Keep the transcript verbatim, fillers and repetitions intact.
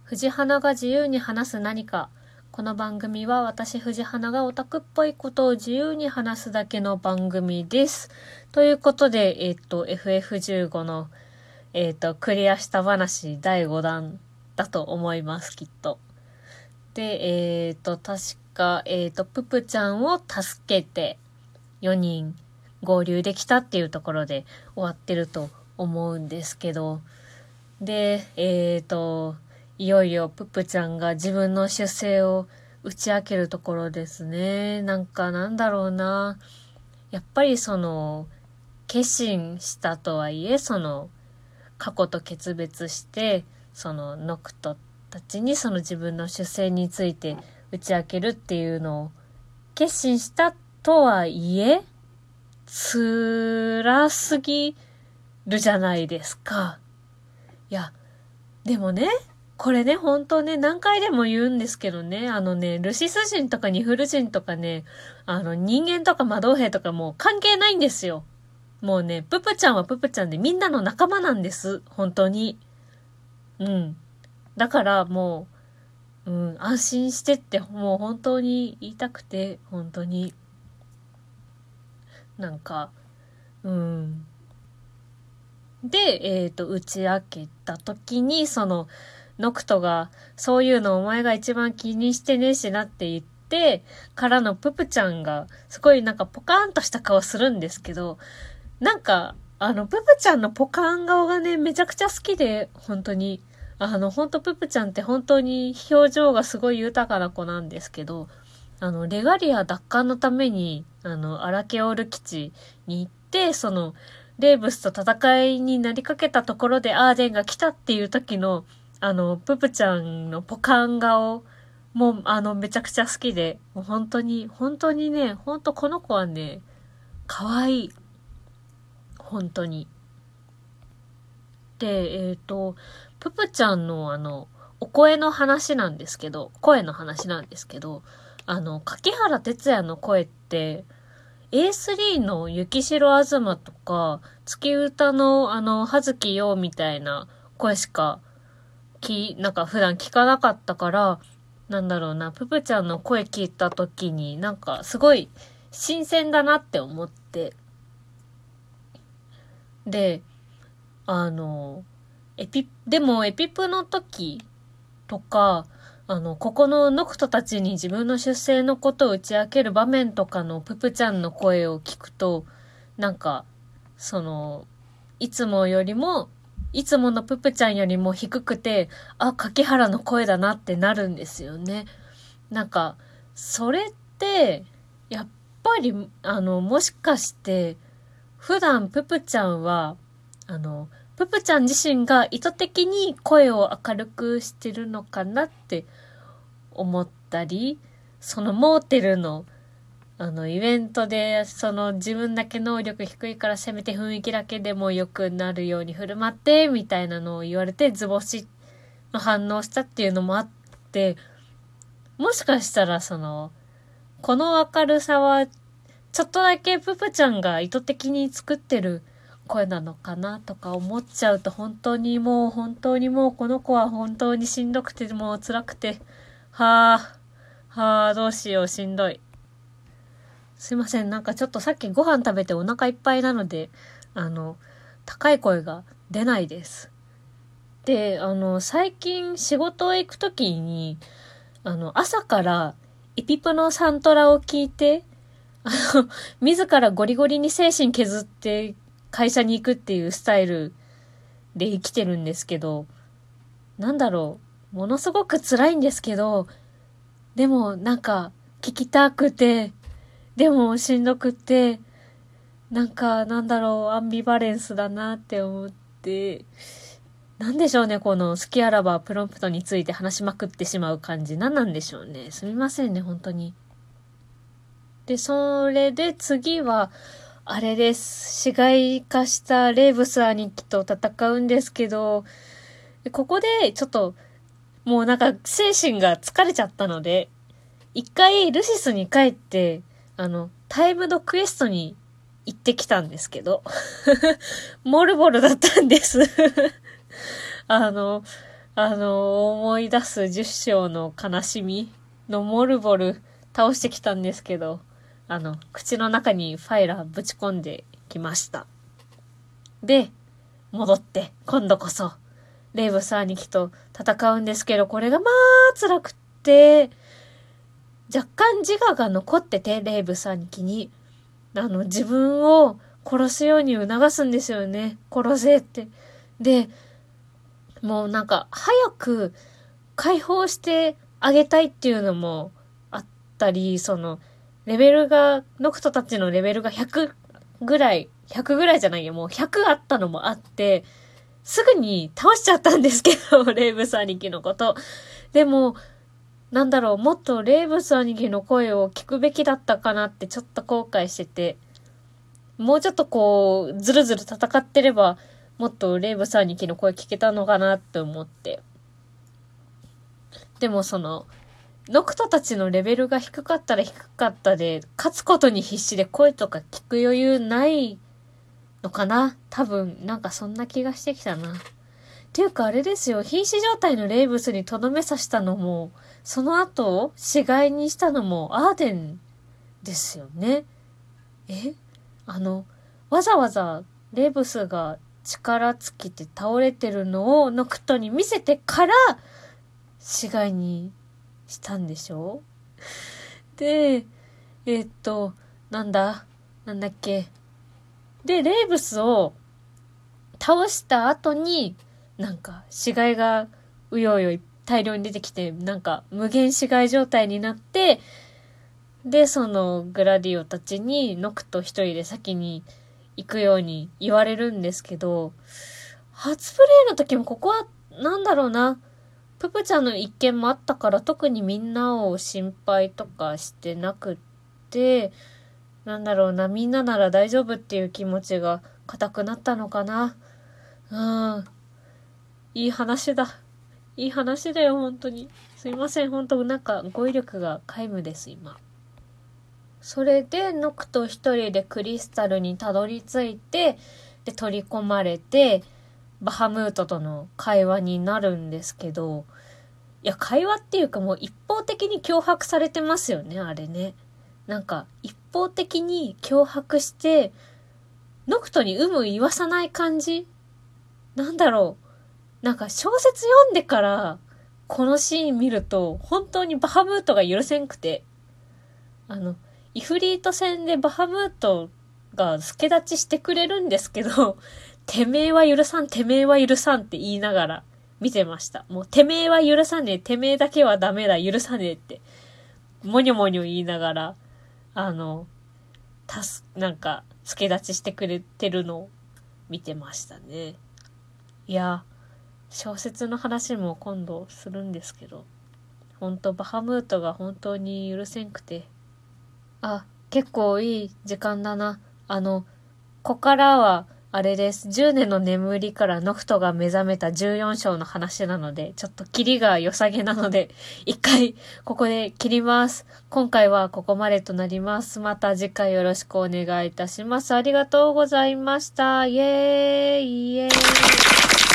藤花が自由に話す何か。この番組は私藤花がオタクっぽいことを自由に話すだけの番組です。ということで、えっと、エフエフじゅうご の、えっと、クリアした話だいごだんだと思います、きっと。で、えっと、確か、えっと、ププちゃんを助けてよにん合流できたっていうところで終わってると思うんですけど、で、えっと、いよいよププちゃんが自分の出生を打ち明けるところですね。なんかなんだろうな。やっぱりその、決心したとはいえ、その、過去と決別して、そのノクトたちにその自分の出生について打ち明けるっていうのを決心したとはいえ、辛すぎるじゃないですか。いや、でもね、これね、本当ね、何回でも言うんですけどね、あのね、ルシス人とかニフル人とかね、あの、人間とか魔導兵とかもう関係ないんですよ。もうね、ププちゃんはププちゃんでみんなの仲間なんです。本当に。うん。だからもう、うん、安心してってもう本当に言いたくて、本当に。なんか、うん。で、えっと、打ち明けた時に、その、ノクトが、そういうのお前が一番気にしてねえしなって言って、からのププちゃんが、すごいなんかポカーンとした顔するんですけど、なんか、あの、ププちゃんのポカーン顔がね、めちゃくちゃ好きで、本当に。あの、本当ププちゃんって本当に表情がすごい豊かな子なんですけど、あの、レガリア奪還のために、あの、アラケオール基地に行って、その、レーブスと戦いになりかけたところでアーデンが来たっていう時の、あの、ププちゃんのポカン顔も、あの、めちゃくちゃ好きで、もう本当に、本当にね、本当この子はね、可愛い。本当に。で、えっと、ププちゃんのあの、お声の話なんですけど、声の話なんですけど、あの、柿原哲也の声って、エースリー の雪城あずまとか、月歌のあの、葉月陽みたいな声しか、き、なんか普段聞かなかったから、なんだろうな、ププちゃんの声聞いた時になんかすごい新鮮だなって思って。で、あの、エピ、でもエピプの時とか、あの、ここのノクトたちに自分の出生のことを打ち明ける場面とかのププちゃんの声を聞くと、なんか、その、いつもよりも、いつものププちゃんよりも低くて、あ、柿原の声だなってなるんですよね。なんか、それって、やっぱり、あの、もしかして、普段ププちゃんは、あの、ププちゃん自身が意図的に声を明るくしてるのかなって思ったり、そのモーテルのあのイベントでその自分だけ能力低いからせめて雰囲気だけでも良くなるように振る舞ってみたいなのを言われて図星の反応したっていうのもあって、もしかしたらそのこの明るさはちょっとだけププちゃんが意図的に作ってる声なのかなとか思っちゃうと、本当にもう本当にもうこの子は本当にしんどくてもう辛くて、はあはあどうしようしんどい。すいません、なんかちょっとさっきご飯食べてお腹いっぱいなので、あの高い声が出ないです。で、あの最近仕事へ行くときにあの朝からエピプのサントラを聞いて、あの自らゴリゴリに精神削って会社に行くっていうスタイルで生きてるんですけど、なんだろう、ものすごく辛いんですけど、でもなんか聞きたくて、でもしんどくて、なんかなんだろう、アンビバレンスだなって思って、なんでしょうね、この好きあらばプロンプトについて話しまくってしまう感じ、なんなんでしょうね。すみませんね、本当に。で、それで次は、あれです。市街化したレーブス兄貴と戦うんですけど、ここでちょっと、もうなんか精神が疲れちゃったので、一回ルシスに帰って、あの、タイムドクエストに行ってきたんですけど、モルボルだったんです。あの、 あの、思い出すじゅっ章の悲しみのモルボル倒してきたんですけど、あの、口の中にファイラーぶち込んできました。で、戻って、今度こそ、レイブス兄貴と戦うんですけど、これがまあ辛くって、若干自我が残ってて、レイブス兄貴に、あの、自分を殺すように促すんですよね。殺せって。で、もうなんか、早く解放してあげたいっていうのもあったり、その、レベルが、ノクトたちのレベルがひゃくぐらい、ひゃくぐらいじゃないよ、もうひゃくあったのもあって、すぐに倒しちゃったんですけど、レイブス兄貴のこと。でも、なんだろう、もっとレイブス兄貴の声を聞くべきだったかなってちょっと後悔してて、もうちょっとこう、ずるずる戦ってれば、もっとレイブス兄貴の声聞けたのかなって思って。でもその、ノクトたちのレベルが低かったら低かったで、勝つことに必死で声とか聞く余裕ないのかな？多分、なんかそんな気がしてきたな。っていうかあれですよ、瀕死状態のレイブスにとどめさせたのも、その後、死骸にしたのもアーデンですよね。え？あの、わざわざレイブスが力尽きて倒れてるのをノクトに見せてから死骸にしたんでしょ？で、えー、っと、なんだなんだっけ。で、レイブスを倒した後に、なんか死骸がうようよ大量に出てきて、なんか無限死骸状態になって、で、そのグラディオたちにノクト一人で先に行くように言われるんですけど、初プレイの時もここはなんだろうな、ププちゃんの一件もあったから特にみんなを心配とかしてなくって、なんだろうな、みんななら大丈夫っていう気持ちが固くなったのかな。うん。いい話だ。いい話だよ、本当に。すいません、本当なんか語彙力が皆無です、今。それで、ノクト一人でクリスタルにたどり着いて、で、取り込まれて、バハムートとの会話になるんですけど、いや、会話っていうかもう一方的に脅迫されてますよね、あれね。なんか、一方的に脅迫して、ノクトに有無言わさない感じ？なんだろう。なんか小説読んでから、このシーン見ると、本当にバハムートが許せんくて。あの、イフリート戦でバハムートが助立ちしてくれるんですけど、てめえは許さん、てめえは許さんって言いながら見てました。もう、てめえは許さねえ、てめえだけはダメだ、許さねえって、もにょもにょ言いながら、あの、たす、なんか、助立ちしてくれてるのを見てましたね。いや、小説の話も今度するんですけど、ほんとバハムートが本当に許せんくて。あ、結構いい時間だな。あの、ここからは、あれです。じゅうねんの眠りからノクトが目覚めたじゅうよん章の話なので、ちょっとキリが良さげなので、一回ここで切ります。今回はここまでとなります。また次回よろしくお願いいたします。ありがとうございました。イエーイイエーイ。